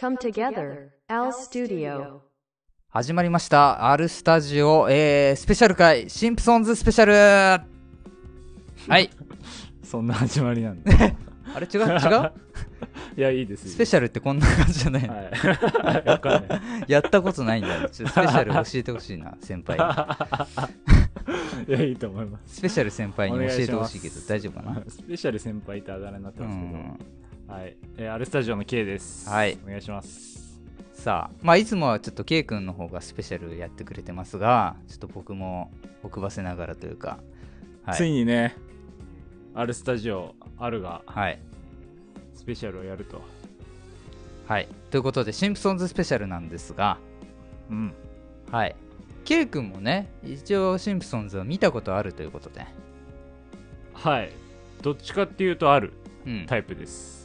come together. Al Studio. 始まりました R スタジオ、スペシャル回シンプソンズスペシャル。はいそんな始まりなんだあれ違ういやいいですスペシャルってこんな感じじゃないの、 はい、わかんないやったことないんだよ。ちょっとスペシャル教えてほしいな先輩にいやいいと思います。 スペシャル先輩に教えてほしいけど大丈夫かな。 スペシャル先輩ってあだ名になってますけど、はい、R スタジオの K です。 はいお願いします。 さあ、まあいつもはちょっと K 君の方がスペシャルやってくれてますが、ちょっと僕も奥ばせながらというか、はい、 ついにね R スタジオ R がはいスペシャルをやると、 はい、ということでシンプソンズスペシャルなんですが、はい、K 君もね一応シンプソンズを見たことあるということで、 はい、どっちかっていうとあるタイプです、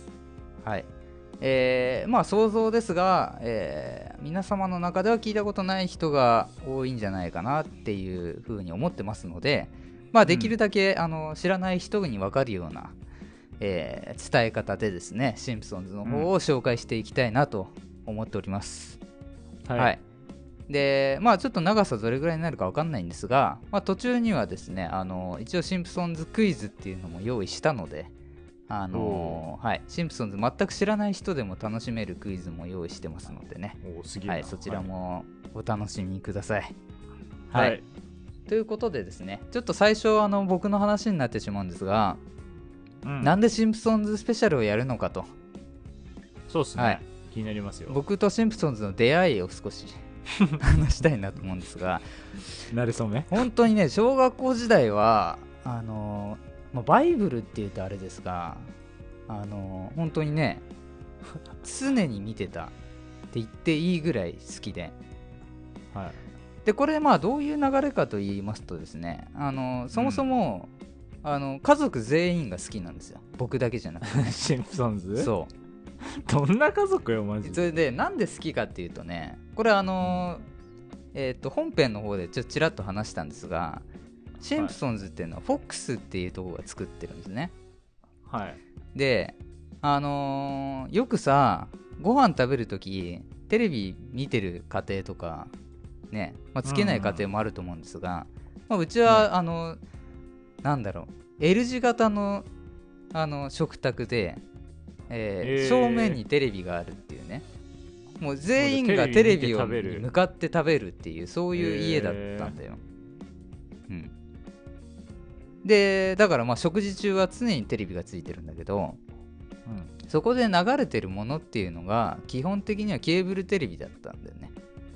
はい、まあ想像ですが、皆様の中では聞いたことない人が多いんじゃないかなっていうふうに思ってますので、まあできるだけ、知らない人に分かるような、伝え方でですねシンプソンズの方を紹介していきたいなと思っております、はい、でまあちょっと長さどれぐらいになるか分かんないんですが、まあ、途中にはですね一応シンプソンズクイズっていうのも用意したので、はい、シンプソンズ全く知らない人でも楽しめるクイズも用意してますのでね、はい、そちらもお楽しみください。はい、はい、ということでですね、ちょっと最初僕の話になってしまうんですが、なんでシンプソンズスペシャルをやるのかと。 そうですね、はい、気になりますよ。 僕とシンプソンズの出会いを少し話したいなと思うんですがなれそうね。 本当にね小学校時代はバイブルっていうとあれですが本当にね常に見てたって言っていいぐらい好きで、はい、でこれまあどういう流れかと言いますとですねそもそも、家族全員が好きなんですよ、僕だけじゃなくて、ね、 シンプソンズ。 そうどんな家族よマジで。 それでなんで好きかっていうとね、これ本編の方でちょっとちらっと話したんですが、シンプソンズっていうのは FOX っていうところが作ってるんですね。はい。でよくさご飯食べるときテレビ見てる家庭とかね、まあ、つけない家庭もあると思うんですが、まあ、うちは、なんだろう L 字型の食卓で、正面にテレビがあるっていうね、もう全員がテレビを向かって食べるっていうそういう家だったんだよ、でだからまあ食事中は常にテレビがついてるんだけど、そこで流れてるものっていうのが基本的にはケーブルテレビだったんだよね。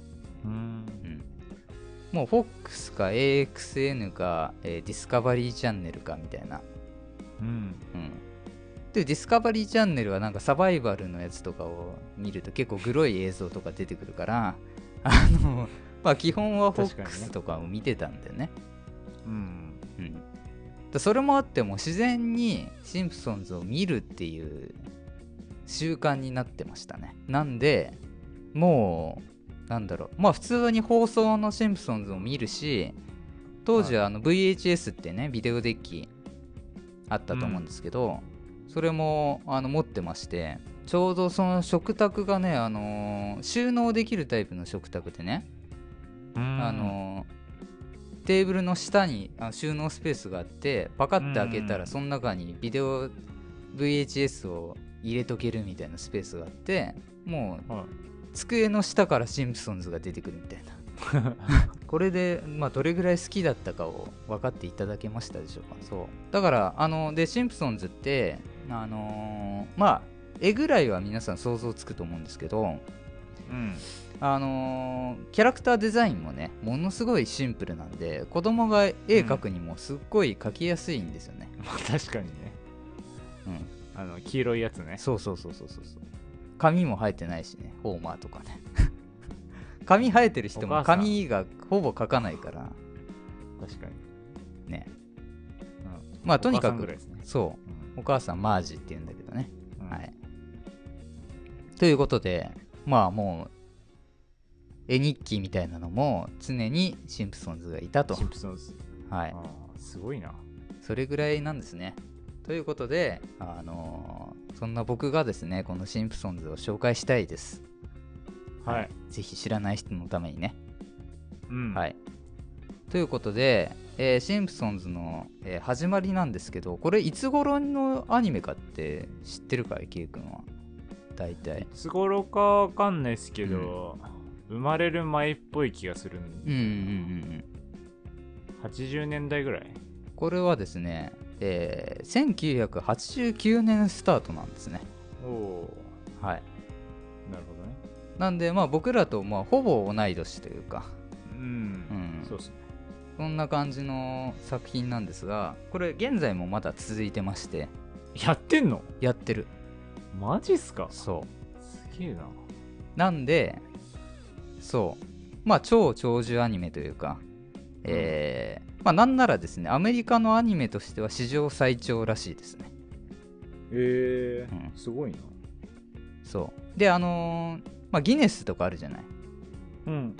もう FOX か AXN か、ディスカバリーチャンネルかみたいな、でディスカバリーチャンネルはなんかサバイバルのやつとかを見ると結構グロい映像とか出てくるからまあ基本は FOX とかを見てたんだよね。それもあっても自然にシンプソンズを見るっていう習慣になってましたね。なんでもうなんだろう、まあ普通に放送のシンプソンズを見るし、当時はVHS ってねビデオデッキあったと思うんですけど、それも持ってまして、ちょうどその食卓がね収納できるタイプの食卓でね、テーブルの下に収納スペースがあって、パカッて開けたらその中にビデオ VHS を入れとけるみたいなスペースがあって、もう机の下からシンプソンズが出てくるみたいなこれで、まあ、どれぐらい好きだったかを分かっていただけましたでしょうか。そうだからでシンプソンズってまあ絵ぐらいは皆さん想像つくと思うんですけど、キャラクターデザインもねものすごいシンプルなんで、子供が絵描くにもすっごい描きやすいんですよね。 確かにね、黄色いやつね。 そう髪も生えてないしね、ホーマーとかね髪生えてる人も髪がほぼ描かないから。 確かにね、まあとにかく、そう、お母さんマージって言うんだけどね、はい。ということでまあもう絵日記みたいなのも常にシンプソンズがいたと。 シンプソンズ、 はい、 すごいな。 それぐらいなんですね。ということでそんな僕がですねこのシンプソンズを紹介したいです。 はい。 ぜひ知らない人のためにね。 うん。 はい。ということで、シンプソンズの、始まりなんですけど、これいつ頃のアニメかって知ってるかい、ケイ君は。大体。 いつ頃かわかんないですけど、生まれる前っぽい気がするんで、 うんうんうんうん。 80年代ぐらい。 これはですね、1989年スタートなんですね。 おおはい。 ー、なるほどね。 なんで、まあ僕らとまあほぼ同い年というか、 うん、そうっすね。 そんな感じの作品なんですが、これ現在もまだ続いてまして、 やってんの？ やってる。 マジっすか？ そうすげえな。 なんで、そうまあ超長寿アニメというか、まあなんならですね、アメリカのアニメとしては史上最長らしいですね。 すごいな。 そうで、まあギネスとかあるじゃない。 うん。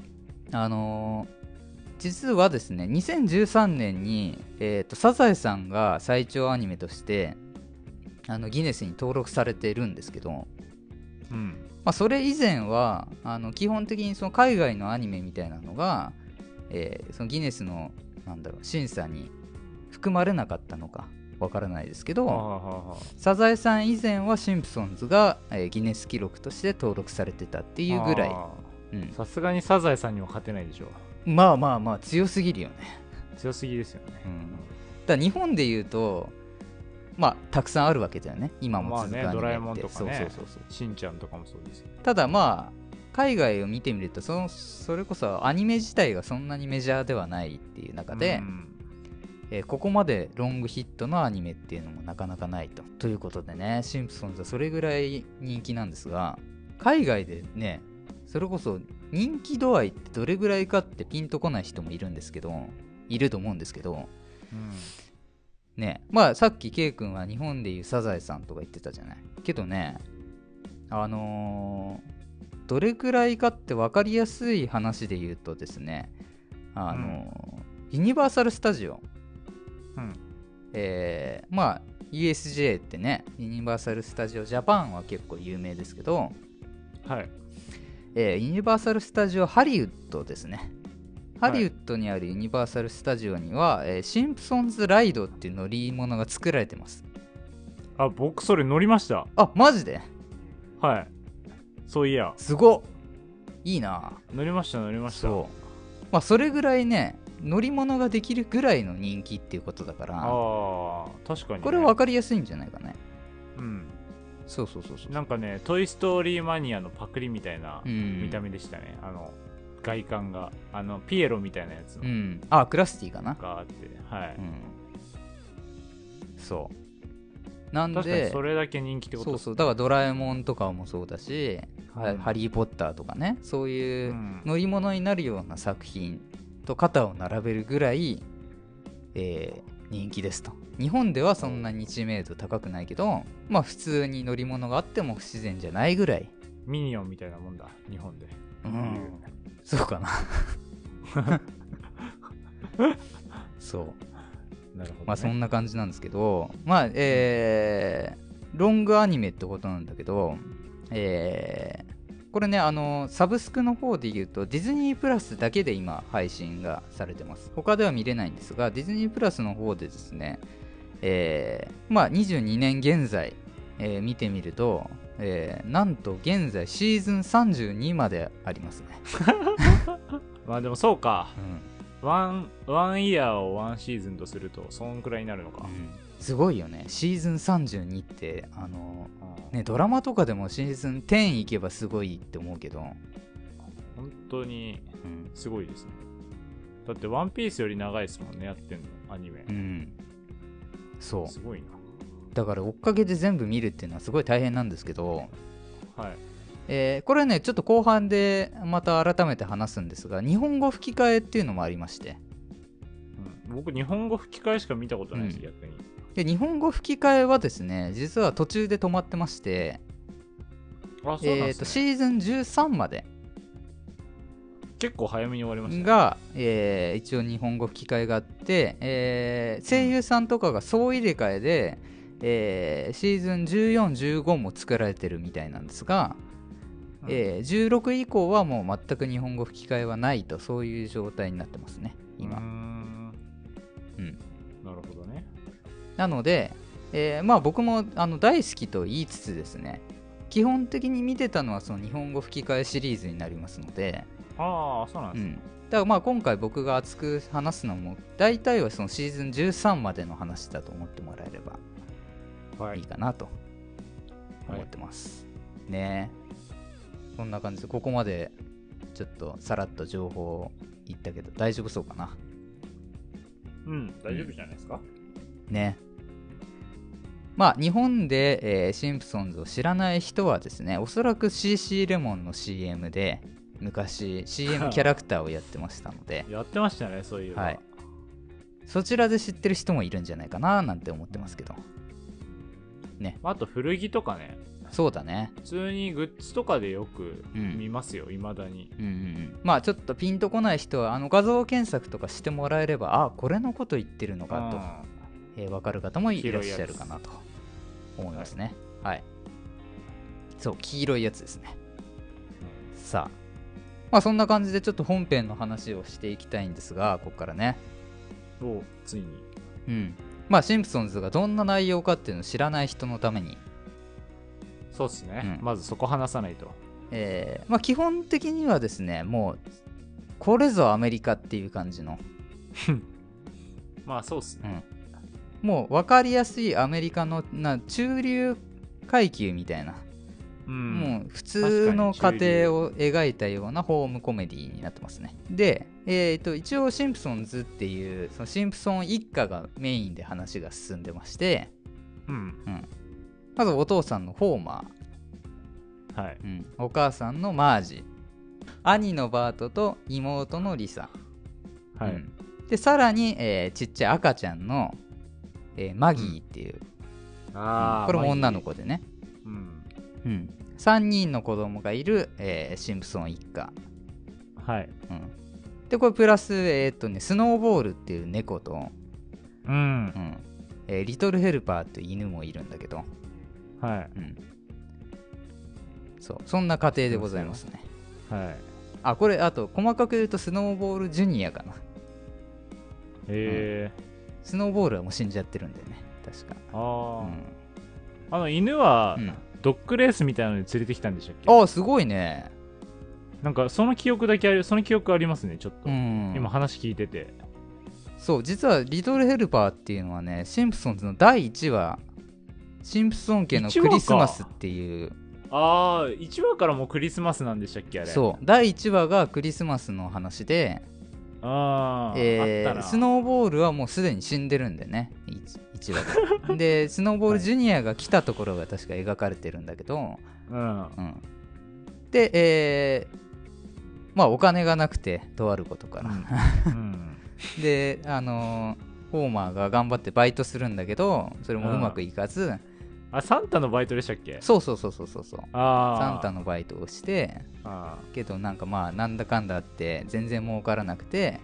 実はですね、2013年に、サザエさんが最長アニメとしてギネスに登録されているんですけど、 うん。 まあ、それ以前は基本的にその海外のアニメみたいなのが、そのギネスの審査に含まれなかったのかわからないですけど、サザエさん以前はシンプソンズが、ギネス記録として登録されてたっていうぐらい。 さすがにサザエさんにも勝てないでしょ。 まあまあまあ強すぎるよね。 強すぎですよね。 だから日本で言うとまあたくさんあるわけだよね、今も続くアニメって。 ドラえもんとかね、 そうしんちゃんとかもそうですよ。 ただまあ海外を見てみるとそれこそアニメ自体がそんなにメジャーではないっていう中で、ここまでロングヒットのアニメっていうのもなかなかないということでね、シンプソンズはそれぐらい人気なんですが、海外でねそれこそ人気度合いってどれぐらいかってピンとこない人もいると思うんですけど、ね、まあさっき K 君は日本でいうサザエさんとか言ってたじゃないけどね、どれくらいかって分かりやすい話で言うとですね、ユニバーサル・スタジオ、まあ USJ ってね、ユニバーサル・スタジオ・ジャパンは結構有名ですけど、 はい。 ユニバーサル・スタジオ・ハリウッドですね。ハリウッドにあるユニバーサル・スタジオには、シンプソンズ・ライドっていう乗り物が作られてます。 あ、僕それ乗りました。 あ、マジで？ はい。そういや。 すごっ。いいな。 乗りました。 そう。まあそれぐらいね、乗り物ができるぐらいの人気っていうことだから、 確かに、ね、 これ分かりやすいんじゃないかね。そうなんかね、トイ・ストーリーマニアのパクリみたいな見た目でしたね。外観がピエロみたいなやつの、 クラスティかながあって、はい、 そうなんで確かにそれだけ人気ってことです。 そうだからドラえもんとかもそうだし、ハリー・ポッターとかね、そういう乗り物になるような作品と肩を並べるぐらい、人気ですと。日本ではそんなに知名度高くないけど、まあ普通に乗り物があっても不自然じゃないぐらい。 ミニオンみたいなもんだ、日本で。 そうかなそう、 なるほど、ね、 まあそんな感じなんですけど、まあロングアニメってことなんだけど、これね、サブスクの方で言うとディズニープラスだけで今配信がされてます。他では見れないんですが、ディズニープラスの方でですね、まあ22年現在、見てみると、なんと現在シーズン32までありますねまあでもそうか、ワンイヤーをワンシーズンとするとそんくらいになるのか、 すごいよね。シーズン32ってね、ドラマとかでもシーズン10いけばすごいって思うけど、 本当にすごいですね、だってワンピースより長いですもんね、やってんのアニメ。そうすごいな。 だから追っかけで全部見るっていうのはすごい大変なんですけど、 はい、 これねちょっと後半でまた改めて話すんですが、日本語吹き替えっていうのもありまして、 僕日本語吹き替えしか見たことないです、逆に。 で日本語吹き替えはですね、実は途中で止まってまして、 そうなんですね、 シーズン13まで結構早めに終わりました、ね、 が、一応日本語吹き替えがあって、声優さんとかが総入れ替えで、シーズン14、15も作られてるみたいなんですが、 16以降はもう全く日本語吹き替えはないと、そういう状態になってますね今。 なるほどね。 なので、まあ僕も大好きと言いつつですね、基本的に見てたのはその日本語吹き替えシリーズになりますので。 ああ、そうなんですね。 だからまあ今回僕が熱く話すのも大体はそのシーズン13までの話だと思ってもらえればいいかなと思ってます、ね。そんな感じでここまでちょっとさらっと情報を言ったけど大丈夫そうかな。 大丈夫じゃないですかね。まあ日本で、シンプソンズを知らない人はですね、おそらく CC レモンの CM で昔 CM キャラクターをやってましたのでやってましたね、そういう、 はい、そちらで知ってる人もいるんじゃないかななんて思ってますけどね。 あと古着とかね。 そうだね。 普通にグッズとかでよく見ますよ、未だに。 まあちょっとピンとこない人は画像検索とかしてもらえれば、あ、これのこと言ってるのかと、分かる方もいらっしゃるかなと思いますね。はい。そう、黄色いやつですね。さあ、まあそんな感じでちょっと本編の話をしていきたいんですが、ここからね。 ついに。 まあシンプソンズがどんな内容かっていうのを知らない人のために。 そうですね、まずそこ話さないと。 まあ基本的にはですね、もうこれぞアメリカっていう感じのまあそうっすね、 もう分かりやすいアメリカの中流階級みたいな、もう普通の家庭を描いたようなホームコメディになってますね。で、一応シンプソンズっていうそのシンプソン一家がメインで話が進んでまして、まずお父さんのホーマー、お母さんのマージ、兄のバートと妹のリサ、でさらに、ちっちゃい赤ちゃんの、マギーっていう、これも女の子でね、3人の子供がいる、シンプソン一家、でこれプラス、スノーボールっていう猫と、リトルヘルパーっていう犬もいるんだけど、そんな家庭でございますね。あ、これあと細かく言うとスノーボールジュニアかな。スノーボールはもう死んじゃってるんだよね、確か。 犬はドッグレースみたいなのに連れてきたんでしたっけ？ ああ、すごいね。 なんかその記憶だけその記憶ありますね、ちょっと。今話聞いてて。 そう、実はリトルヘルパーっていうのはね、シンプソンズの第1話、シンプソン家のクリスマスっていう。 1話からもうクリスマスなんでしたっけ、あれ。 そう、第1話がクリスマスの話で、スノーボールはもうすでに死んでるんでね、1話でスノーボールジュニアが来たところが確か描かれてるんだけど、で、まあお金がなくてとあることから、でホーマーが頑張ってバイトするんだけど、それもうまくいかず、 サンタのバイトでしたっけ？ そうサンタのバイトをして、けどなんかまあなんだかんだあって全然儲からなくて、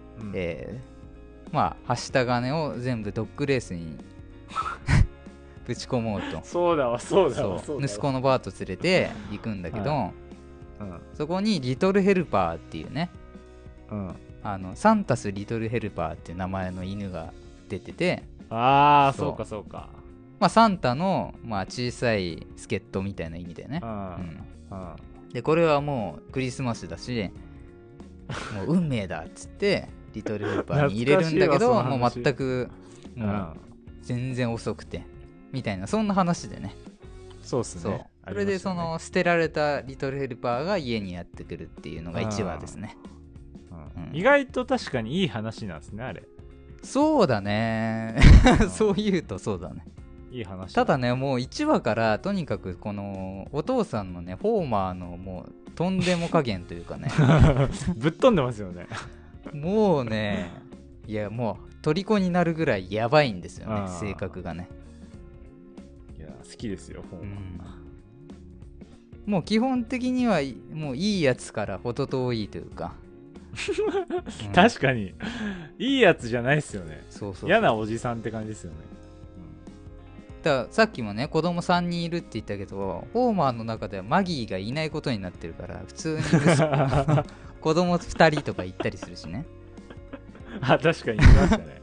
まあはした金を全部ドッグレースにぶち込もうと。 そうだわ息子のバート連れて行くんだけど、そこにリトルヘルパーっていうね、サンタスリトルヘルパーっていう名前の犬が出てて、 そうか、 まあ、サンタの、まあ、小さい助っ人みたいな意味だよね。でこれはもうクリスマスだし、もう運命だっつってリトルヘルパーに入れるんだけどもう全くもう全然遅くてみたいな、そんな話でね。 そうっすね。 それでその捨てられたリトルヘルパーが家にやってくるっていうのが1話ですね。 意外と確かにいい話なんですね、あれ。 そうだねそう言うとそうだね、 いい話。 ただね、もう1話からとにかくこのお父さんのねホーマーのもうとんでも加減というかねぶっ飛んでますよねもうね、いやもう虜になるぐらいやばいんですよね、性格がね。 いや好きですよホーマー、 もう基本的にはもういいやつから程遠いというか確かにいいやつじゃないっすよね。 そう嫌なおじさんって感じですよね。 さっきもね子供3人いるって言ったけど、ホーマーの中ではマギーがいないことになってるから、普通に子供2人とか行ったりするしね。 あ、確かに言いましたね。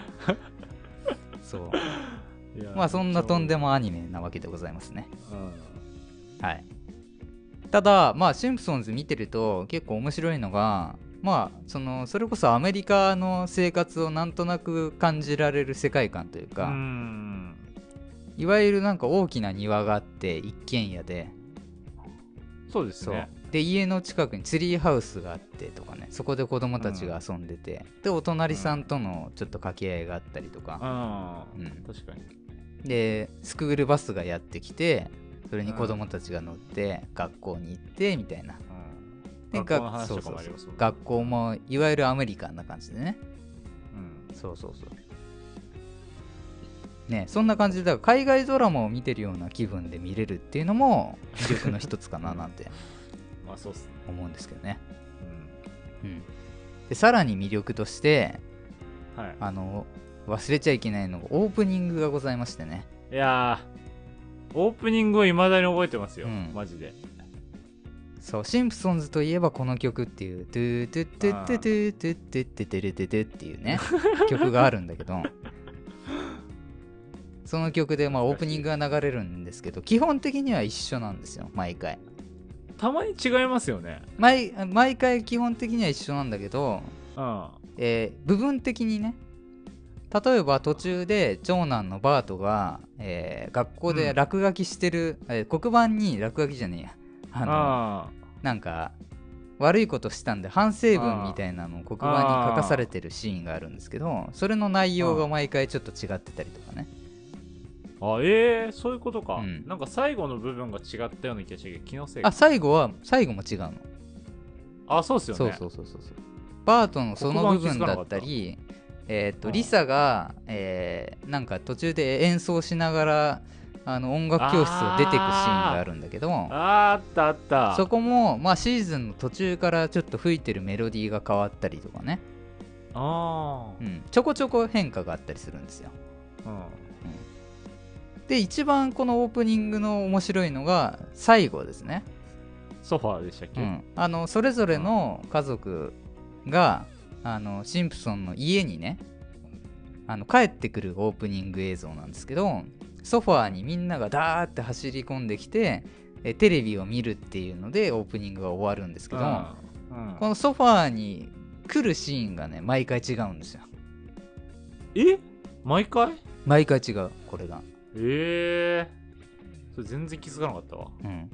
そうまあそんなとんでもアニメなわけでございますね。はい。ただまあシンプソンズ見てると結構面白いのが、まあそれこそアメリカの生活をなんとなく感じられる世界観というか、いわゆるなんか大きな庭があって一軒家で、 そうですね。 で家の近くにツリーハウスがあってとかね、そこで子供たちが遊んでて、でお隣さんとのちょっと掛け合いがあったりとか、 確かに。 でスクールバスがやってきて、それに子供たちが乗って学校に行ってみたいな、 学校の話とかもありますもんね。 学校もいわゆるアメリカンな感じでね、そうね、そんな感じで、だから海外ドラマを見てるような気分で見れるっていうのも魅力の一つかななんてまあそうっすね、 思うんですけどね。でさらに魅力として、忘れちゃいけないのがオープニングがございましてね。 いやー、オープニングを未だに覚えてますよ、マジで。 そう、シンプソンズといえばこの曲っていう、トゥートゥットゥットゥトゥトゥットゥットゥトゥルトゥトゥっていうね曲があるんだけど、その曲でまあオープニングが流れるんですけど、基本的には一緒なんですよ、毎回。 たまに違いますよね。 毎回基本的には一緒なんだけど、部分的にね、例えば途中で長男のバートが、学校で落書きしてる、黒板に落書きじゃねえや、なんか悪いことしたんで反省文みたいなのを黒板に書かされてるシーンがあるんですけど、それの内容が毎回ちょっと違ってたりとかね。 そういうことか、なんか最後の部分が違ったような気がして、気のせいか。 最後も違うの。 そうっすよね。 そうバートのその部分だったり、リサが、なんか途中で演奏しながら音楽教室を出てくシーンがあるんだけど、 あったあった。 そこも、まあ、シーズンの途中からちょっと吹いてるメロディーが変わったりとかね、ちょこちょこ変化があったりするんですよ。で一番このオープニングの面白いのが最後ですね。 ソファーでしたっけ？ それぞれの家族がシンプソンの家にね帰ってくるオープニング映像なんですけど、ソファーにみんながダーって走り込んできてテレビを見るっていうのでオープニングが終わるんですけど、このソファーに来るシーンがね毎回違うんですよ。 毎回違う、これが。 それ全然気づかなかった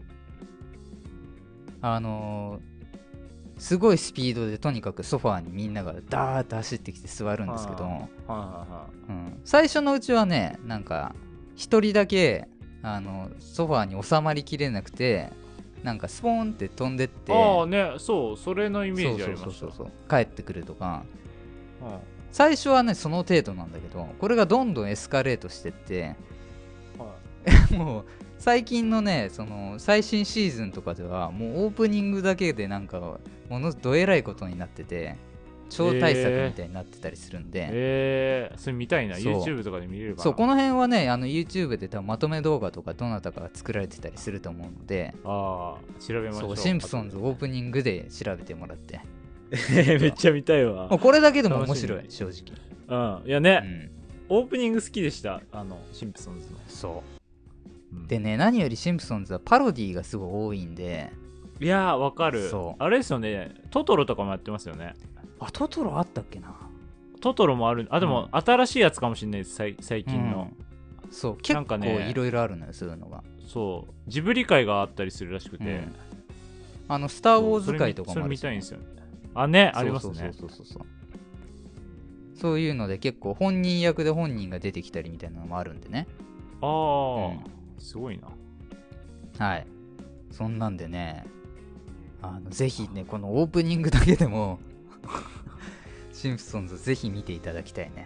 わ。すごいスピードでとにかくソファーにみんながダーッと走ってきて座るんですけど、最初のうちはねなんか一人だけソファーに収まりきれなくて、なんかスポーンって飛んでって、それのイメージありました。 帰ってくるとか、最初はねその程度なんだけど、これがどんどんエスカレートしてって、もう最近のねその最新シーズンとかではもうオープニングだけでなんかものどえらいことになってて、超大作みたいになってたりするんで、 それ見たいな。 YouTube とかで見れるかな。 そうこの辺はねYouTube で多分まとめ動画とかどなたかが作られてたりすると思うので、 調べましょう。 シンプソンズオープニングで調べてもらってめっちゃ見たいわ。 もうこれだけでも面白い、正直。 いやね、オープニング好きでした、シンプソンズの。 でね、何よりシンプソンズはパロディーがすごい多いんで。 いやーわかる。あれですよね、トトロとかもやってますよね。 トトロあったっけな。 トトロもある。でも新しいやつかもしれないです、最近の。 結構いろいろあるのよ、そういうのが。 ジブリ界があったりするらしくて、 スター・ウォーズ界とかもあるし、 それ見たいんですよね。ありますね。 そういうので結構本人役で本人が出てきたりみたいなのもあるんでね。 すごいな。 はい。そんなんでね、ぜひねこのオープニングだけでもシンプソンズぜひ見ていただきたいね。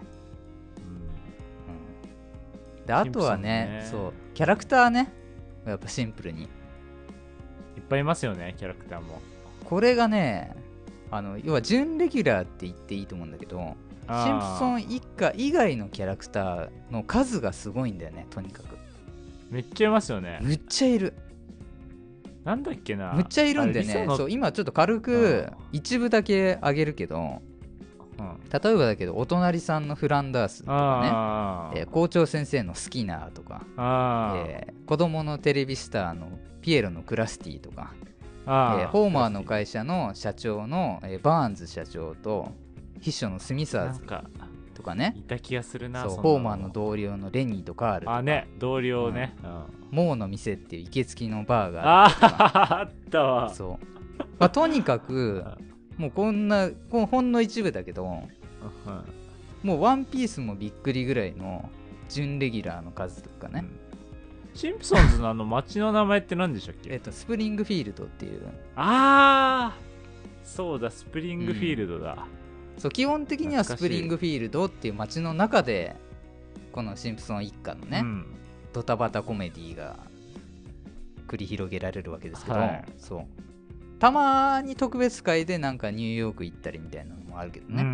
であとはね、キャラクターね、やっぱシンプルにいっぱいいますよね、キャラクターも。 これがね要は準レギュラーって言っていいと思うんだけど、 シンプソン一家以外のキャラクターの数がすごいんだよね。とにかくめっちゃいますよね。 むっちゃいる。 なんだっけな、 むっちゃいるんでね。そう今ちょっと軽く一部だけあげるけど、 うん、 例えばだけどお隣さんのフランダースとかね、校長先生のスキナーとか、子供のテレビスターのピエロのクラスティとか、ホーマーの会社の社長の、バーンズ社長と秘書のスミサーズとかね、 いた気がするな。 そうホーマーの同僚のレニーとカールとか、 ね、同僚ね、 モーの店っていうイケつきのバーがあったわ。 そう、まあ、とにかくもうこのほんの一部だけど、もうワンピースもびっくりぐらいの準レギュラーの数とかね、 シンプソンズの町の名前って何でしたっけ？ スプリングフィールドっていう。 そうだ、スプリングフィールドだ。 そう基本的にはスプリングフィールドっていう町の中でこのシンプソン一家のね、ドタバタコメディが繰り広げられるわけですけど、そうたまに特別会でなんかニューヨーク行ったりみたいなのもあるけどね、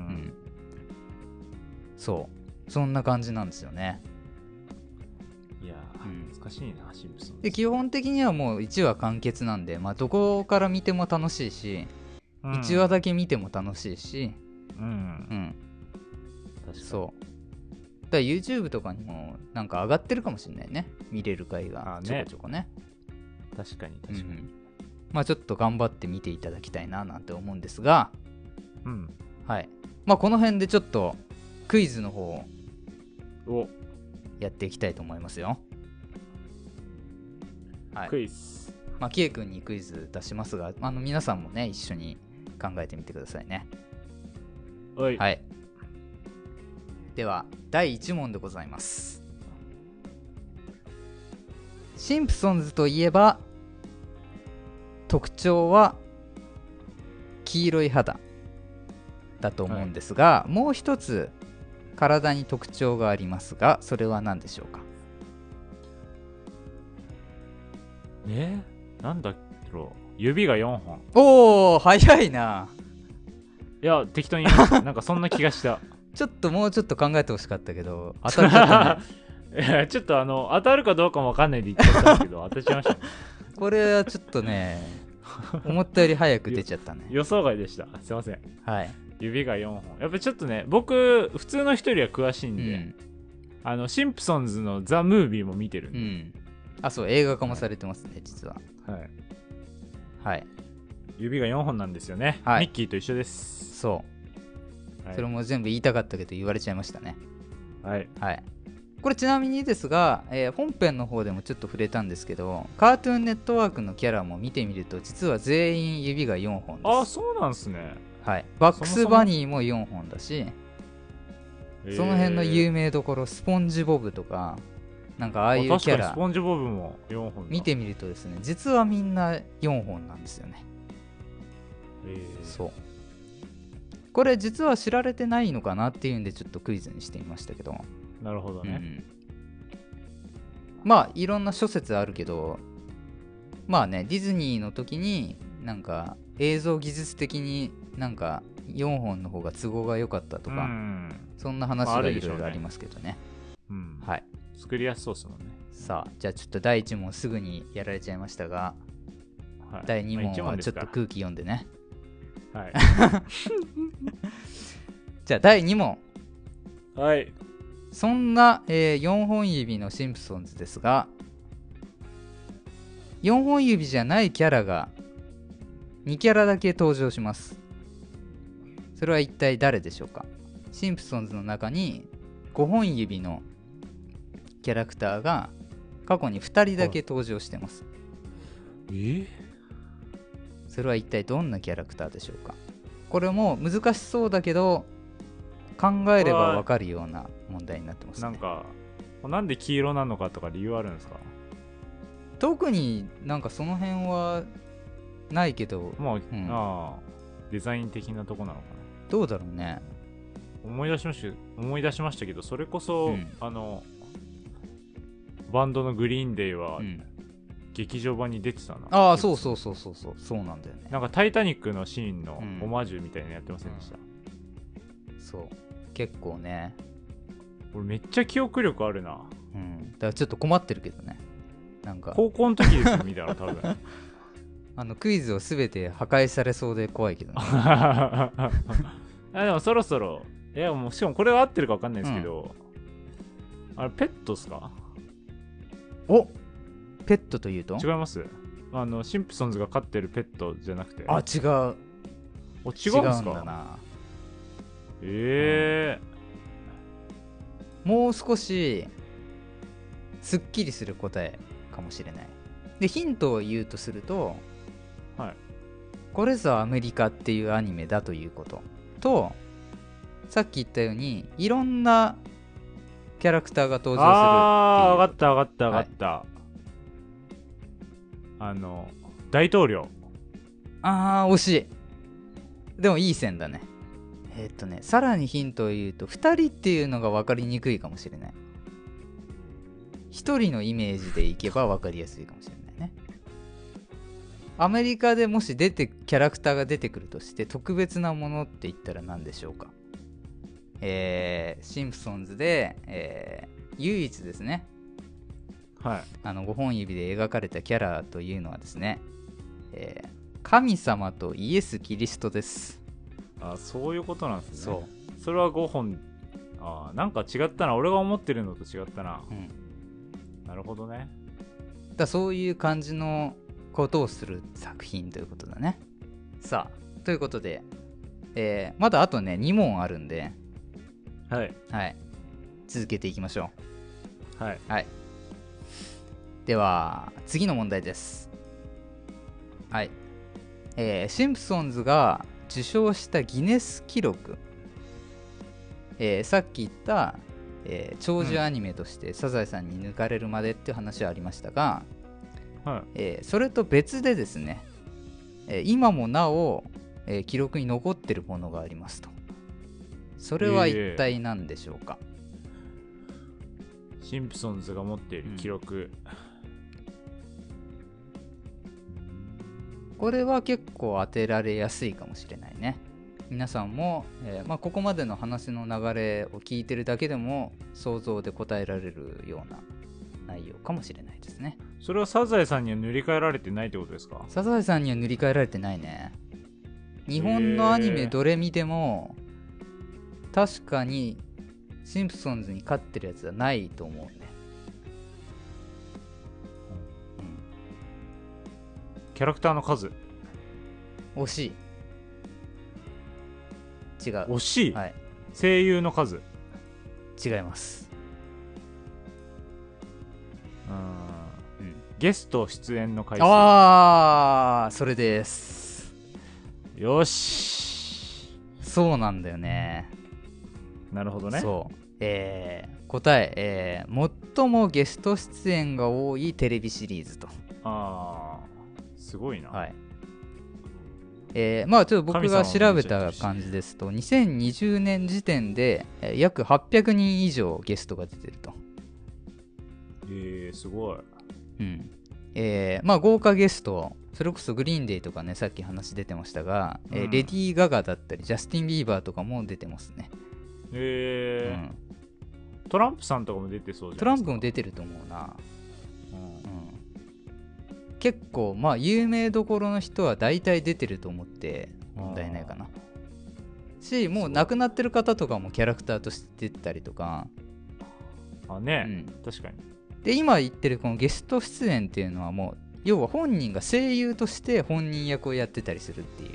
そうそんな感じなんですよね。 いや難しいな、シンプソンズ。 で基本的にはもう1話完結なんで、まあ、どこから見ても楽しいし、1話だけ見ても楽しいし、そうだから YouTube とかにもなんか上がってるかもしれないね、見れる回がちょこちょこね。 確かにまあちょっと頑張って見ていただきたいななんて思うんですが、はいまあこの辺でちょっとクイズの方をやっていきたいと思いますよ。はい、 クイズ、 まあ K 君にクイズ出しますが、皆さんもね一緒に考えてみてくださいね。はい、では第1問でございます。シンプソンズといえば特徴は黄色い肌だと思うんですが、もう一つ体に特徴がありますが、それは何でしょうか？ なんだろう。指が4本。 おー早いな。 いや適当に言いましたなんかそんな気がしたちょっともうちょっと考えてほしかったけど当たっちゃったねいやちょっと当たるかどうかも分かんないで言っちゃったんですけど当たっちゃいましたねこれはちょっとね思ったより早く出ちゃったね予想外でした。すいません。 はい、 指が4本。やっぱちょっとね、僕普通の人よりは詳しいんで、シンプソンズのザ・ムービーも見てるんで、 そう映画化もされてますね、実は。はい、 指が4本なんですよね、ミッキーと一緒です。 そう、それも全部言いたかったけど言われちゃいましたね。はい、これちなみにですが、本編の方でもちょっと触れたんですけど、カートゥーンネットワークのキャラも見てみると実は全員指が4本です。 そうなんですね。 バックスバニーも4本だし、その辺の有名どころスポンジボブとかなんかああいうキャラ、 スポンジボブも4本見てみるとですね、実はみんな4本なんですよね。そうこれ実は知られてないのかなっていうんでちょっとクイズにしてみましたけど。 なるほどね、 まあいろんな諸説あるけど、まあねディズニーの時になんか映像技術的になんか4本の方が都合が良かったとか、そんな話がいろいろありますけどね。 作りやすそうですもんね。 さあじゃあちょっと第1問すぐにやられちゃいましたが、第2問はちょっと空気読んでね。じゃあ第2問。そんな、4本指のシンプソンズですが、4本指じゃないキャラが2キャラだけ登場します。それは一体誰でしょうか？シンプソンズの中に5本指のキャラクターが過去に2人だけ登場してます。それは一体どんなキャラクターでしょうか？これも難しそうだけど考えれば分かるような問題になってますね。 なんで黄色なのかとか理由あるんですか？ 特になんかその辺はないけど、 デザイン的なとこなのかな。 どうだろうね。 思い出しましたけど、それこそ、バンドのグリーンデーは、劇場版に出てたな。 そうなんだよね。 なんかタイタニックのシーンのオマージュみたいなのやってませんでした？ そう結構ね、 俺めっちゃ記憶力あるな。 うん、だからちょっと困ってるけどね、なんか高校の時ですよ見たら多分クイズを全て破壊されそうで怖いけどねでもそろそろ、いやもうしかもこれは合ってるか分かんないですけど、あれペットっすか？ おペットというと違います？シンプソンズが飼ってるペットじゃなくて。 あ、違う。 お、違うんす違うんだか？ な。もう少しすっきりする答えかもしれない。でヒントを言うとすると、 はい、 これぞアメリカっていうアニメだということと、さっき言ったようにいろんなキャラクターが登場するっていう。 あー、分かった分かった分かった、はい、大統領。 あー、惜しい。でもいい線だね。さらにヒントを言うと、2人っていうのが分かりにくいかもしれない。1人のイメージでいけば分かりやすいかもしれないね。アメリカでもしキャラクターが出てくるとして特別なものって言ったら何でしょうか。シンプソンズで、唯一ですね、 はい、 5本指で描かれたキャラというのはですね、神様とイエス・キリストです。 あ、そういうことなんですね。 そう。 それは5本。あ、なんか違ったな。俺が思ってるのと違ったな。 うん。 なるほどね。 そういう感じのことをする作品ということだね。さあ、ということで、まだあとね、2問あるんで、 はい。 はい。続けていきましょう。はい。 はい。では、次の問題です。はい。シンプソンズが受賞したギネス記録、さっき言った、長寿アニメとしてサザエさんに抜かれるまでっていう話はありましたが、 はい、 それと別でですね、今もなお、記録に残ってるものがありますと。それは一体何でしょうか。 シンプソンズが持っている記録、 これは結構当てられやすいかもしれないね。皆さんも、ここまでの話の流れを聞いてるだけでも想像で答えられるような内容かもしれないですね。 それはサザエさんには塗り替えられてないってことですか？ サザエさんには塗り替えられてないね。日本のアニメどれ見ても確かにシンプソンズに勝ってるやつはないと思うね。 キャラクターの数。 惜しい。違う。 惜しい、 はい、 声優の数。 違います。 ゲスト出演の回数。 ああ、それです。 よし。 そうなんだよね。 なるほどね。 そう。答え、最もゲスト出演が多いテレビシリーズと。 ああ、すごいな。 はい。ちょっと僕が調べた感じですと、2020年時点で、約800人以上ゲストが出てると。 すごい。 うん。豪華ゲスト、それこそグリーンデーとかね、さっき話出てましたが、レディー・ガガだったり、ジャスティン・ビーバーとかも出てますね。 トランプさんとかも出てそうじゃないですか。 トランプも出てると思うな。結構有名どころの人は大体出てると思って問題ないかなし、もう亡くなってる方とかもキャラクターとして出てたりとか。 確かに。 で今言ってるこのゲスト出演っていうのはもう要は本人が声優として本人役をやってたりするっていう、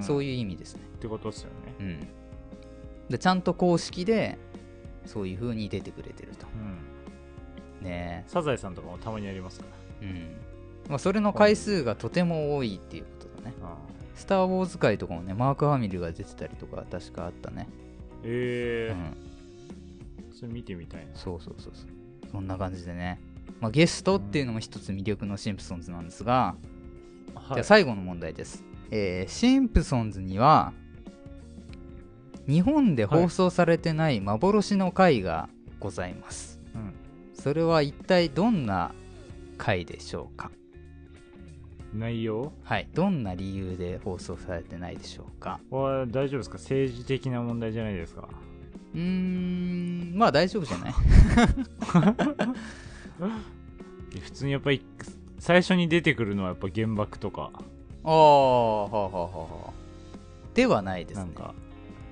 そういう意味ですね。 ってことですよね。 でちゃんと公式でそういう風に出てくれてると。ねえ。 サザエさんとかもたまにやりますから。 それの回数がとても多いっていうことだね。スター・ウォーズ界とかもね、マーク・ハミルが出てたりとか確かあったね。 それ見てみたいな。 そう。そんな感じでね、ゲストっていうのも一つ魅力のシンプソンズなんですが、じゃあ最後の問題です。シンプソンズには日本で放送されてない幻の回がございます。それは一体どんな回でしょうか。 内容？ はい、どんな理由で放送されてないでしょうか。 これ大丈夫ですか？政治的な問題じゃないですか？ まあ大丈夫じゃない普通にやっぱり最初に出てくるのはやっぱ原爆とか。 ああ、はあはあはあ。ではないですね。 なんか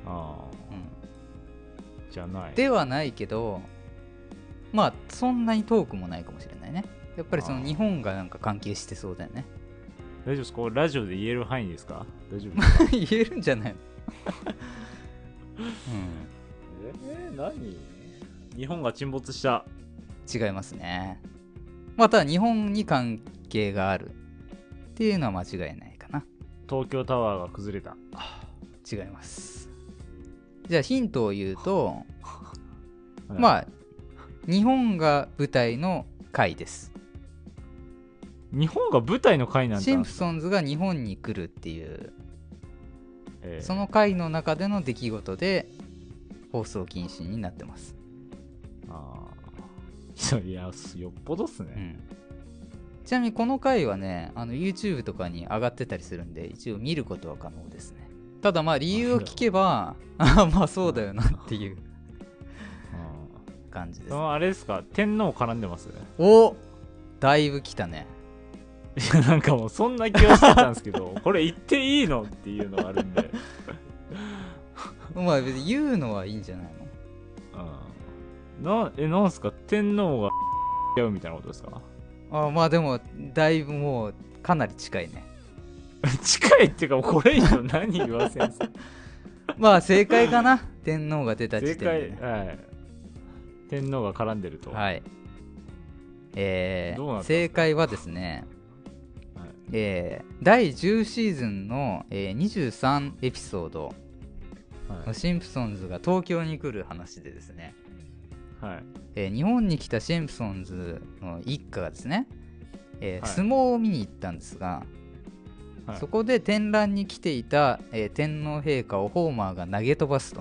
じゃない。 ではないけど、まあそんなに遠くもないかもしれないね。やっぱりその日本がなんか関係してそうだよね。 大丈夫ですか？ラジオで言える範囲ですか？大丈夫ですか？ 言えるんじゃないの何？日本が沈没した。 違いますね。また日本に関係があるっていうのは間違いないかな。 東京タワーが崩れた。 違います。じゃあヒントを言うと、 はい、 まあ日本が舞台の回です。 日本が舞台の回なんだ。 シンプソンズが日本に来るっていう、その回の中での出来事で放送禁止になってます。 いや、よっぽどっすね、 ちなみにこの回はね、YouTube とかに上がってたりするんで、一応見ることは可能ですね。ただまあ理由を聞けばまあそうだよなっていう感じです。 あれですか？天皇絡んでます？ お、だいぶ来たね。 いや、なんかもうそんな気はしてたんですけどこれ言っていいのっていうのがあるんでまあ別に言うのはいいんじゃないの？ なんすか？天皇がやうみたいなことですか？ まあでもだいぶもうかなり近いね近いっていうか、これ以上何言わせんすか？ まあ正解かな天皇が出た時点で、ね、 正解、はい、天皇が絡んでると。 はい。 どうなった？ 正解はですね、 はい、 第10シーズンの、23エピソードのシンプソンズが東京に来る話でですね、 はい、 日本に来たシンプソンズの一家がですね、 はい、 相撲を見に行ったんですが、はい、そこで天覧に来ていた、天皇陛下をホーマーが投げ飛ばすと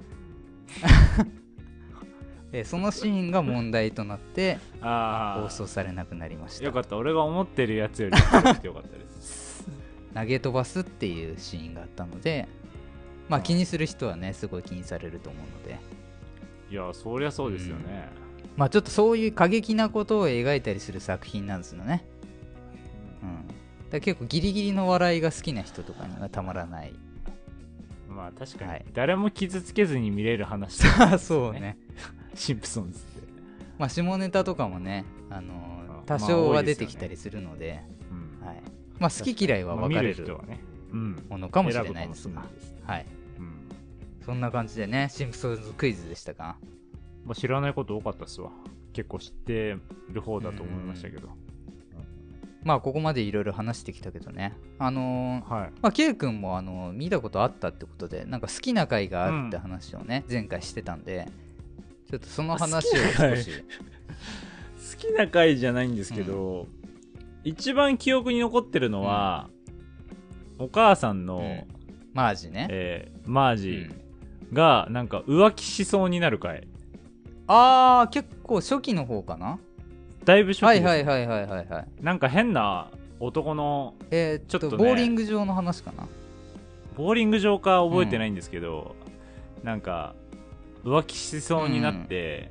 そのシーンが問題となって放送されなくなりました。 よかった、俺が思ってるやつより強くてよかったです投げ飛ばすっていうシーンがあったので、まあ気にする人はねすごい気にされると思うので。 いや、そりゃそうですよね、 まあちょっとそういう過激なことを描いたりする作品なんですよね。だ結構ギリギリの笑いが好きな人とかにはたまらない。 まあ確かに、 はい、 誰も傷つけずに見れる話ですよねそうねシンプソンズって。 まあ下ネタとかもね、多少は出てきたりするので、はい、まあ好き嫌いは分かれるものかもしれないですが、はい、そんな感じでね、シンプソンズクイズでしたか。 まあ、知らないこと多かったっすわ。結構知ってる方だと思いましたけど、 まあここまでいろいろ話してきたけどね、はい、まあ K 君も見たことあったってことで、なんか好きな回があるって話をね、前回してたんで、ちょっとその話を少し好きな回じゃないんですけど、一番記憶に残ってるのは、お母さんの、 マージね、 マージがなんか浮気しそうになる回。 結構初期の方かな。 だいぶ初期です、 はい。 なんか変な男のちょっと、ね、ボーリング場の話かな。 ボーリング場か覚えてないんですけど、なんか浮気しそうになって、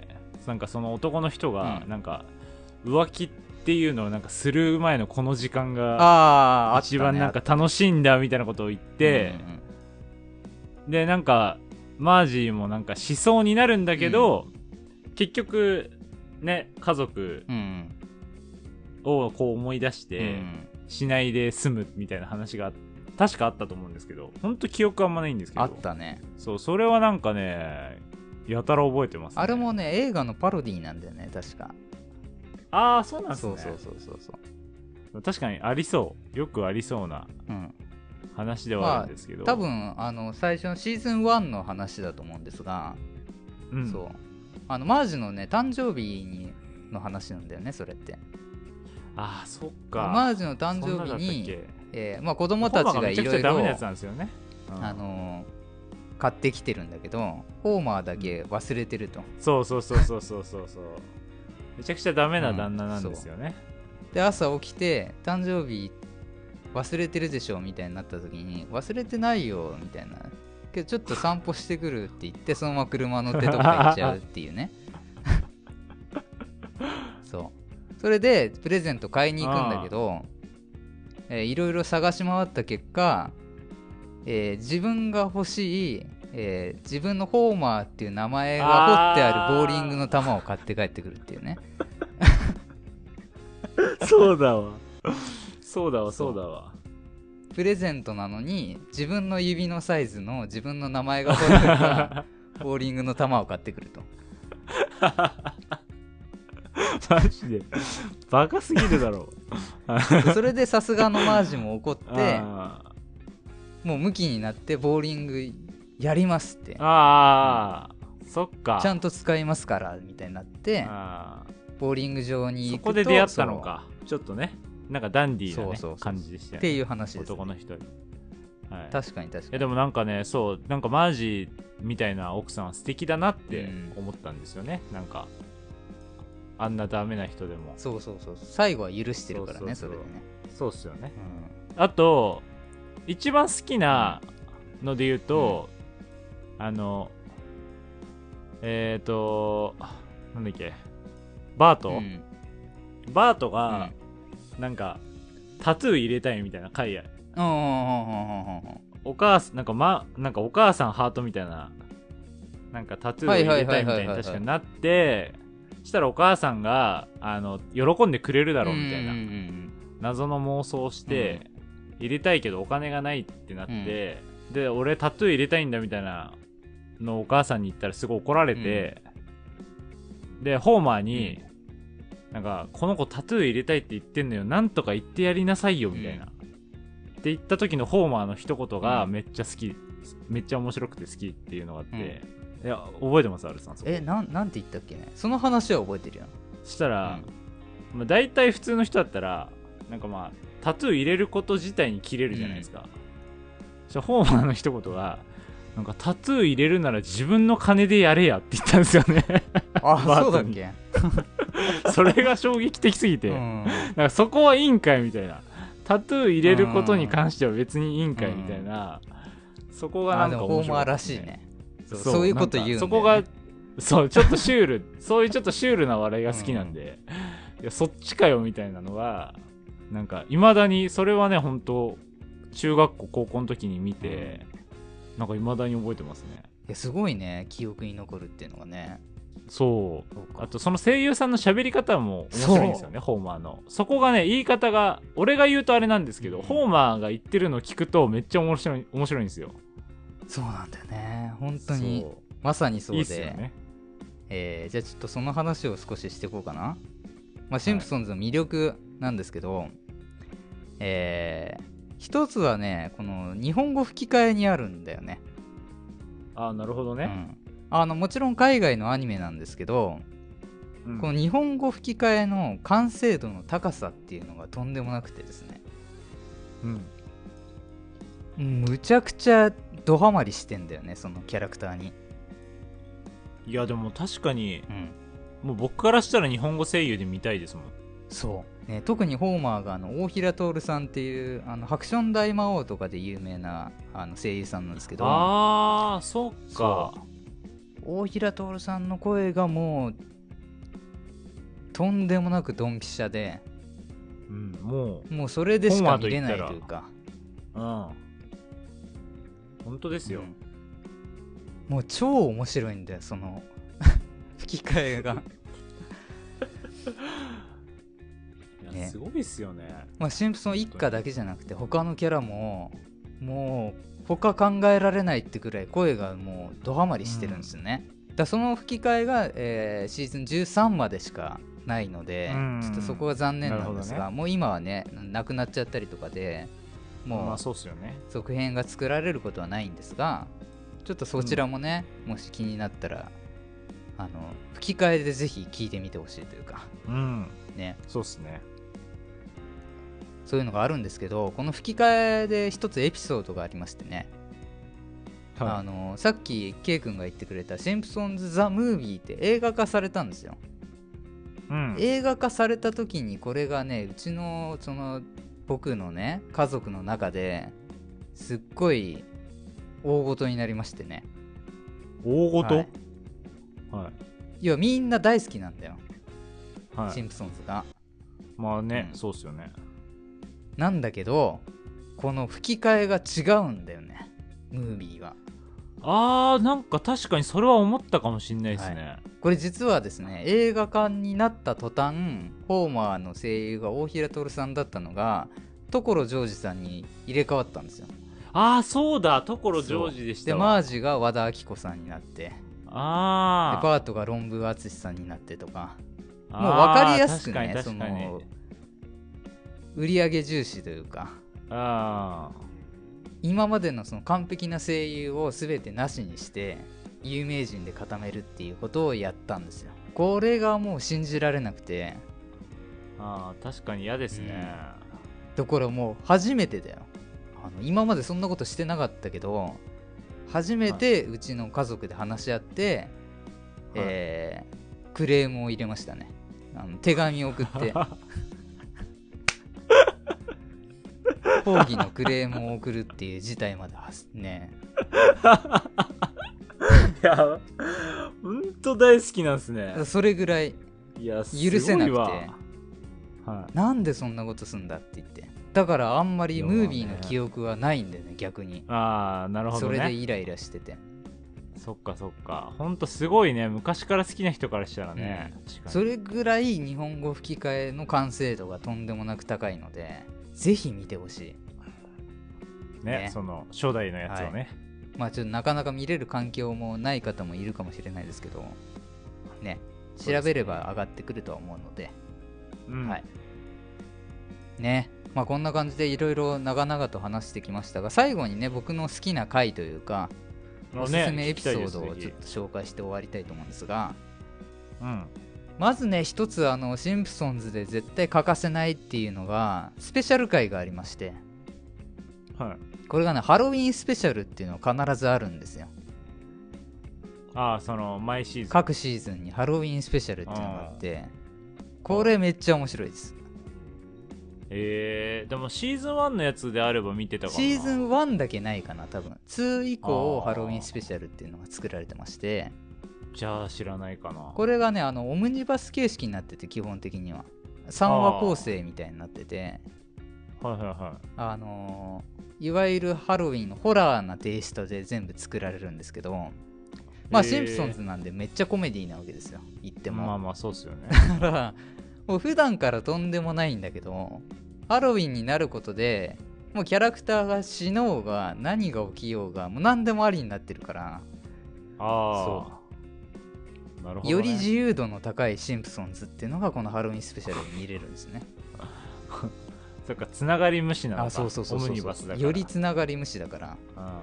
なんかその男の人がなんか浮気っていうのをなんかする前のこの時間が一番なんか楽しいんだみたいなことを言って、でなんかマージーもなんかしそうになるんだけど、結局ね、家族をこう思い出してしないで済むみたいな話が確かあったと思うんですけど、ほんと記憶あんまないんですけど、 あったね。 そう、それはなんかね、やたら覚えてますね。 あれもね、映画のパロディなんだよね、確か。 そうなんですね。そう確かにありそう、よくありそうな話ではあるんですけど、 多分最初のシーズン1の話だと思うんですが、そうマージのね誕生日の話なんだよね、それって。 そっか。 マージの誕生日にまあ子供たちがいろいろ買ってきてるんだけど、ホーマーだけ忘れてると。 そうめちゃくちゃダメな旦那なんですよね。 で朝起きて誕生日忘れてるでしょみたいになった時に、忘れてないよみたいな、けどちょっと散歩してくるって言ってそのまま車乗ってどっか行っちゃうっていうねそうそれでプレゼント買いに行くんだけど、いろいろ探し回った結果、自分が欲しい、自分のホーマーっていう名前が彫ってあるボーリングの球を買って帰ってくるっていうねそうだわそうだわ。 プレゼントなのに自分の指のサイズの自分の名前が彫られたボーリングの球を買ってくるとマジでバカすぎるだろそれでさすがのマージも怒ってもうムキになってボーリングやりますってそっかちゃんと使いますからみたいになってボーリング場に行くとそこで出会ったのか。ちょっとねなんかダンディーな、ね、 そう感じでしたよねっていう話です、ね、 男の人、はい、 確かにでもなんかねそうなんかマージみたいな奥さんは素敵だなって思ったんですよね、なんかあんなダメな人でもそう最後は許してるからね。それでねそうっすよね、あと一番好きなので言うと、なんだっけバートが、なんかタトゥー入れたいみたいな回や、お母さんなんかお母さんハートみたいななんかタトゥーを入れたいみたいに確かになって、したらお母さんが喜んでくれるだろうみたいな謎の妄想をして、入れたいけどお金がないってなって、で俺タトゥー入れたいんだみたいなのをお母さんに言ったらすごい怒られて、でホーマーに、なんかこの子タトゥー入れたいって言ってんのよ、なんとか言ってやりなさいよみたいな、って言った時のホーマーの一言がめっちゃ好き、めっちゃ面白くて好きっていうのがあって、いや覚えてます、アルさん。そこなんて言ったっけね。その話は覚えてるよ。 そしたら、まあ、大体普通の人だったらなんかまあタトゥー入れること自体に切れるじゃないですか、じゃホーマーの一言がなんかタトゥー入れるなら自分の金でやれやって言ったんですよねそうだっけそれが衝撃的すぎて、なんかそこはいいんかいみたいな、タトゥー入れることに関しては別にいいんかいみたいな、そこがなんか面白い、 ホーマーらしいね。そういうこと言うんだよね。 そこがそうちょっとシュールそういうちょっとシュールな笑いが好きなんで、いやそっちかよみたいなのがなんかいまだに、それはね本当中学校高校の時に見て、なんかいまだに覚えてますね。 いやすごいね、記憶に残るっていうのがね。 そうあとその声優さんの喋り方も面白いんですよね、ホーマーの。そこがね言い方が、俺が言うとあれなんですけど、ホーマーが言ってるのを聞くとめっちゃ面白いんですよ。 そうなんだよね、本当にまさにそうで。いいっすよね。じゃあちょっとその話を少ししていこうかな。まあ、シンプソンズの魅力なんですけど、一つはね、この日本語吹き替えにあるんだよね。 なるほどね、 もちろん海外のアニメなんですけど、この日本語吹き替えの完成度の高さっていうのがとんでもなくてですね、むちゃくちゃドハマりしてんだよね、そのキャラクターに。 いやでも確かに、もう僕からしたら日本語声優で見たいですもん。 そう、ね、特にホーマーが大平徹さんっていうハクション大魔王とかで有名な声優さんなんですけど、 そっか、 大平徹さんの声がもうとんでもなくドンピシャで、もうそれでしか見れないというか、 本当ですよ、 もう超面白いんだよ、その吹き替えがいやすごいっすよね。 まあ、シンプソン一家だけじゃなくて他のキャラももう他考えられないってくらい声がもうドハマりしてるんですよね、だその吹き替えが、シーズン13までしかないので、ちょっとそこが残念なんですが、もう今はねなくなっちゃったりとかでもうそうっすよね、 続編が作られることはないんですが、ちょっとそちらもね、もし気になったら吹き替えでぜひ聞いてみてほしいというか、ね、 そうっすね。 そういうのがあるんですけど、この吹き替えで一つエピソードがありましてね、さっき K 君が言ってくれたシンプソンズ・ザ・ムービーって映画化されたんですよ、映画化された時にこれがね、うちのその僕のね家族の中ですっごい大事になりましてね。 大事、 はいはい、 要はみんな大好きなんだよ、 はい、 シンプソンズが。 まあね、 うん、 そうっすよね。 なんだけどこの吹き替えが違うんだよね、ムービーは。 なんか確かにそれは思ったかもしんないですね、 はい、これ実はですね、映画館になった途端ホーマーの声優が大平徹さんだったのが所ジョージさんに入れ替わったんですよ。 そうだ、所ジョージでしたでわ。 マージが和田アキ子さんになって、でパートがロンブー淳さんになってとか、もう分かりやすくね、その売り上げ重視というか、今までのその完璧な声優を全てなしにして有名人で固めるっていうことをやったんですよ。これがもう信じられなくて。 確かに嫌ですね、 だからもう初めてだよ。今までそんなことしてなかったけど初めてうちの家族で話し合って、はい、クレームを入れましたね。手紙を送って抗議のクレームを送るっていう事態までね。 いやほんと大好きなんですね。 それぐらい許せなくて、はい、なんでそんなことすんだって言って、だからあんまりムービーの記憶はないんだよね、逆に。 なるほどね。 それでイライラしてて。 そっかそっか、ほんとすごいね、昔から好きな人からしたらね、 それぐらい日本語吹き替えの完成度がとんでもなく高いのでぜひ見てほしいね、その初代のやつをね、はい、 まあちょっとなかなか見れる環境もない方もいるかもしれないですけどね、調べれば上がってくるとは思うので、はいね。まあこんな感じでいろいろ長々と話してきましたが、最後にね僕の好きな回というかおすすめエピソードをちょっと紹介して終わりたいと思うんですが、まずね一つシンプソンズで絶対欠かせないっていうのがスペシャル回がありまして、はい、これがねハロウィンスペシャルっていうのが必ずあるんですよ。 その毎シーズン各シーズンにハロウィンスペシャルっていうのがあって、これめっちゃ面白いです。 でもシーズン1のやつであれば見てたかな。 シーズン1だけないかな、多分2以降ハロウィンスペシャルっていうのが作られてまして、 じゃあ知らないかな。 これがねオムニバス形式になってて、基本的には3話構成みたいになってて、いわゆるハロウィンのホラーなテイストで全部作られるんですけど、まあシンプソンズなんでめっちゃコメディなわけですよ、言っても。 まあそうっすよね。 だからもう普段からとんでもないんだけど、ハロウィンになることでもうキャラクターが死のうが何が起きようがもう何でもありになってるから、そうなるほど、ね、より自由度の高いシンプソンズっていうのがこのハロウィンスペシャルに見れるんですね。 そっか、つながり無視なのか。 そうオムニバスだからよりつながり無視だから。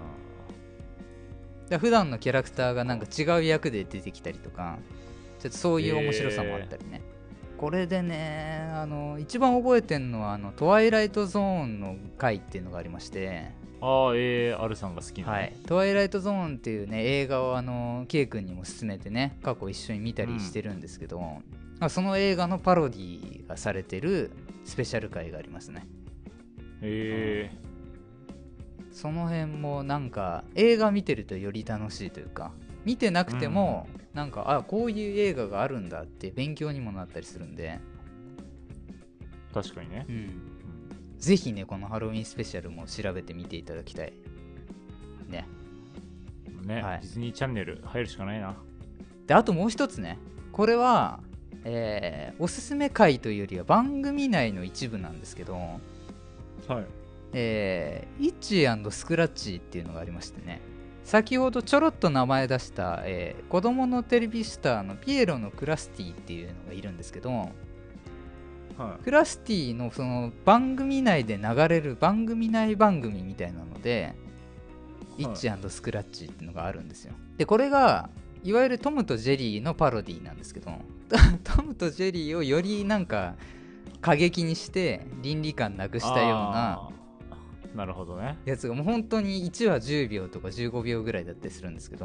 普段のキャラクターがなんか違う役で出てきたりとか、ちょっとそういう面白さもあったりね。これでね一番覚えてるのはトワイライトゾーンの回っていうのがありまして、 アルさんが好きな、 はい、トワイライトゾーンっていうね映画をケイ君にも勧めてね過去一緒に見たりしてるんですけど、その映画のパロディがされてるスペシャル回がありますね。その辺もなんか映画見てるとより楽しいというか、見てなくてもなんかこういう映画があるんだって勉強にもなったりするんで、 確かにね、 ぜひねこのハロウィンスペシャルも調べてみていただきたいね。 はい、ディズニーチャンネル入るしかないな。 であともう一つね、これは、おすすめ回というよりは番組内の一部なんですけど、はい、イッチー&スクラッチっていうのがありましてね、先ほどちょろっと名前出した、子供のテレビスターのピエロのクラスティっていうのがいるんですけど、クラスティのその番組内で流れる番組内番組みたいなので、イッチ&スクラッチっていうのがあるんですよ。でこれがいわゆるトムとジェリーのパロディなんですけど、トムとジェリーをよりなんか過激にして倫理観なくしたようななるほどねやつがもう本当に1話10秒とか15秒ぐらいだったりするんですけど、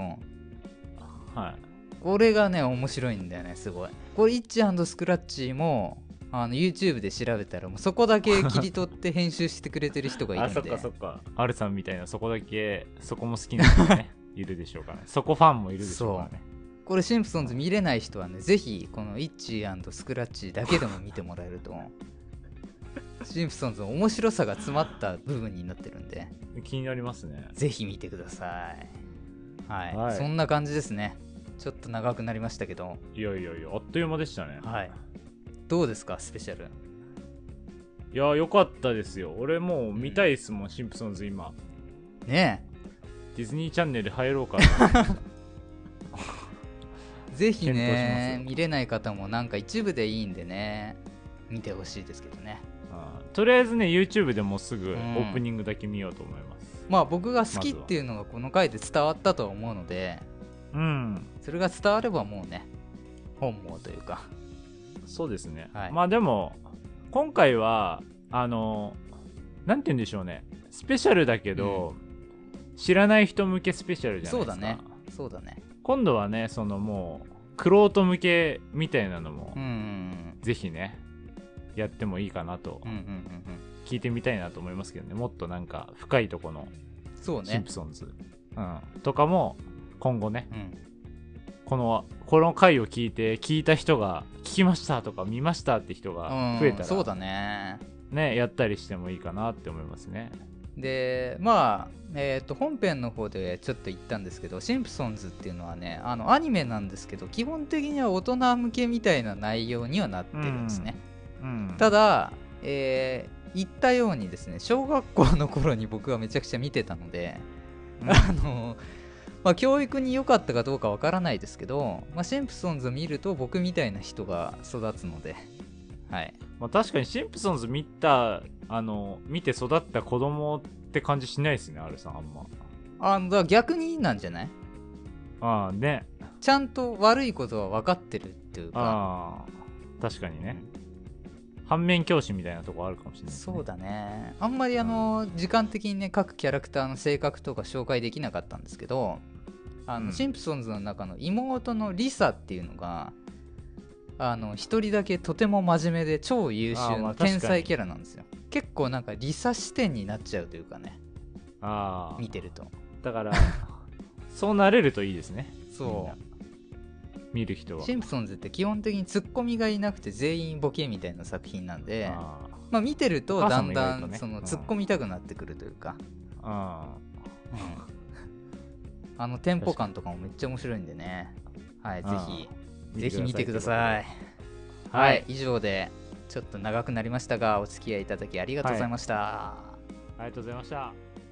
これがね面白いんだよね、すごい。これイッチ&スクラッチも YouTube で調べたらもうそこだけ切り取って編集してくれてる人がいるんであ、そっかそっか。アルさんみたいなそこだけそこも好きな人ねいるでしょうからね。そこファンもいるでしょうからね。 これシンプソンズ見れない人はね、ぜひこのイッチー&スクラッチだけでも見てもらえるとシンプソンズの面白さが詰まった部分になってるんで気になりますね。 ぜひ見てください。はい、 はい、 そんな感じですね。ちょっと長くなりましたけど、 いやあっという間でしたね。 はい、どうですかスペシャル。 いや良かったですよ。俺もう見たいですもん、シンプソンズ今ねディズニーチャンネル入ろうかなぜひ検討しねます見れない方もなんか一部でいいんでね見てほしいですけどね。 とりあえずね YouTube でもうすぐオープニングだけ見ようと思います、 まあ僕が好きっていうのがこの回で伝わったとは思うので、 それが伝わればもうね本望というか。 そうですね、 はい、 まあでも今回はなんて言うんでしょうね、スペシャルだけど、知らない人向けスペシャルじゃないですか。 そうだね。 今度はねそのもう玄人向けみたいなのも、ぜひねやってもいいかなと、聞いてみたいなと思いますけどね。もっとなんか深いとこのシンプソンズ、とかも今後ね、この回を聞いた人が聞きましたとか見ましたって人が増えたら、 そうだねやったりしてもいいかなって思いますね。 でまあ本編の方でちょっと言ったんですけど、シンプソンズっていうのはねアニメなんですけど基本的には大人向けみたいな内容にはなってるんですね、ただ、言ったようにですね小学校の頃に僕はめちゃくちゃ見てたので、まあ、教育に良かったかどうかわからないですけど、まあ、シンプソンズを見ると僕みたいな人が育つので、はい、 まあ、確かにシンプソンズ見て育った子供って感じしないですね、あれさんあんま。 だから逆になんじゃない？ ね。 ちゃんと悪いことは分かってるっていうか。 確かにね。反面教師みたいなとこあるかもしれないですね。 そうだね。あんまり時間的にね各キャラクターの性格とか紹介できなかったんですけど、シンプソンズの中の妹のリサっていうのが一人だけとても真面目で超優秀な天才キャラなんですよ。結構なんかリサ視点になっちゃうというかね、見てると。 だからそうなれるといいですね。 そう見る人は。 シンプソンズって基本的にツッコミがいなくて全員ボケみたいな作品なんで、まあ、見てるとだんだんその突っ込みたくなってくるというか、テンポ感とかもめっちゃ面白いんでね、はい、ぜひ見てください。はい、以上でちょっと長くなりましたがお付き合いいただきありがとうございました。 ありがとうございました。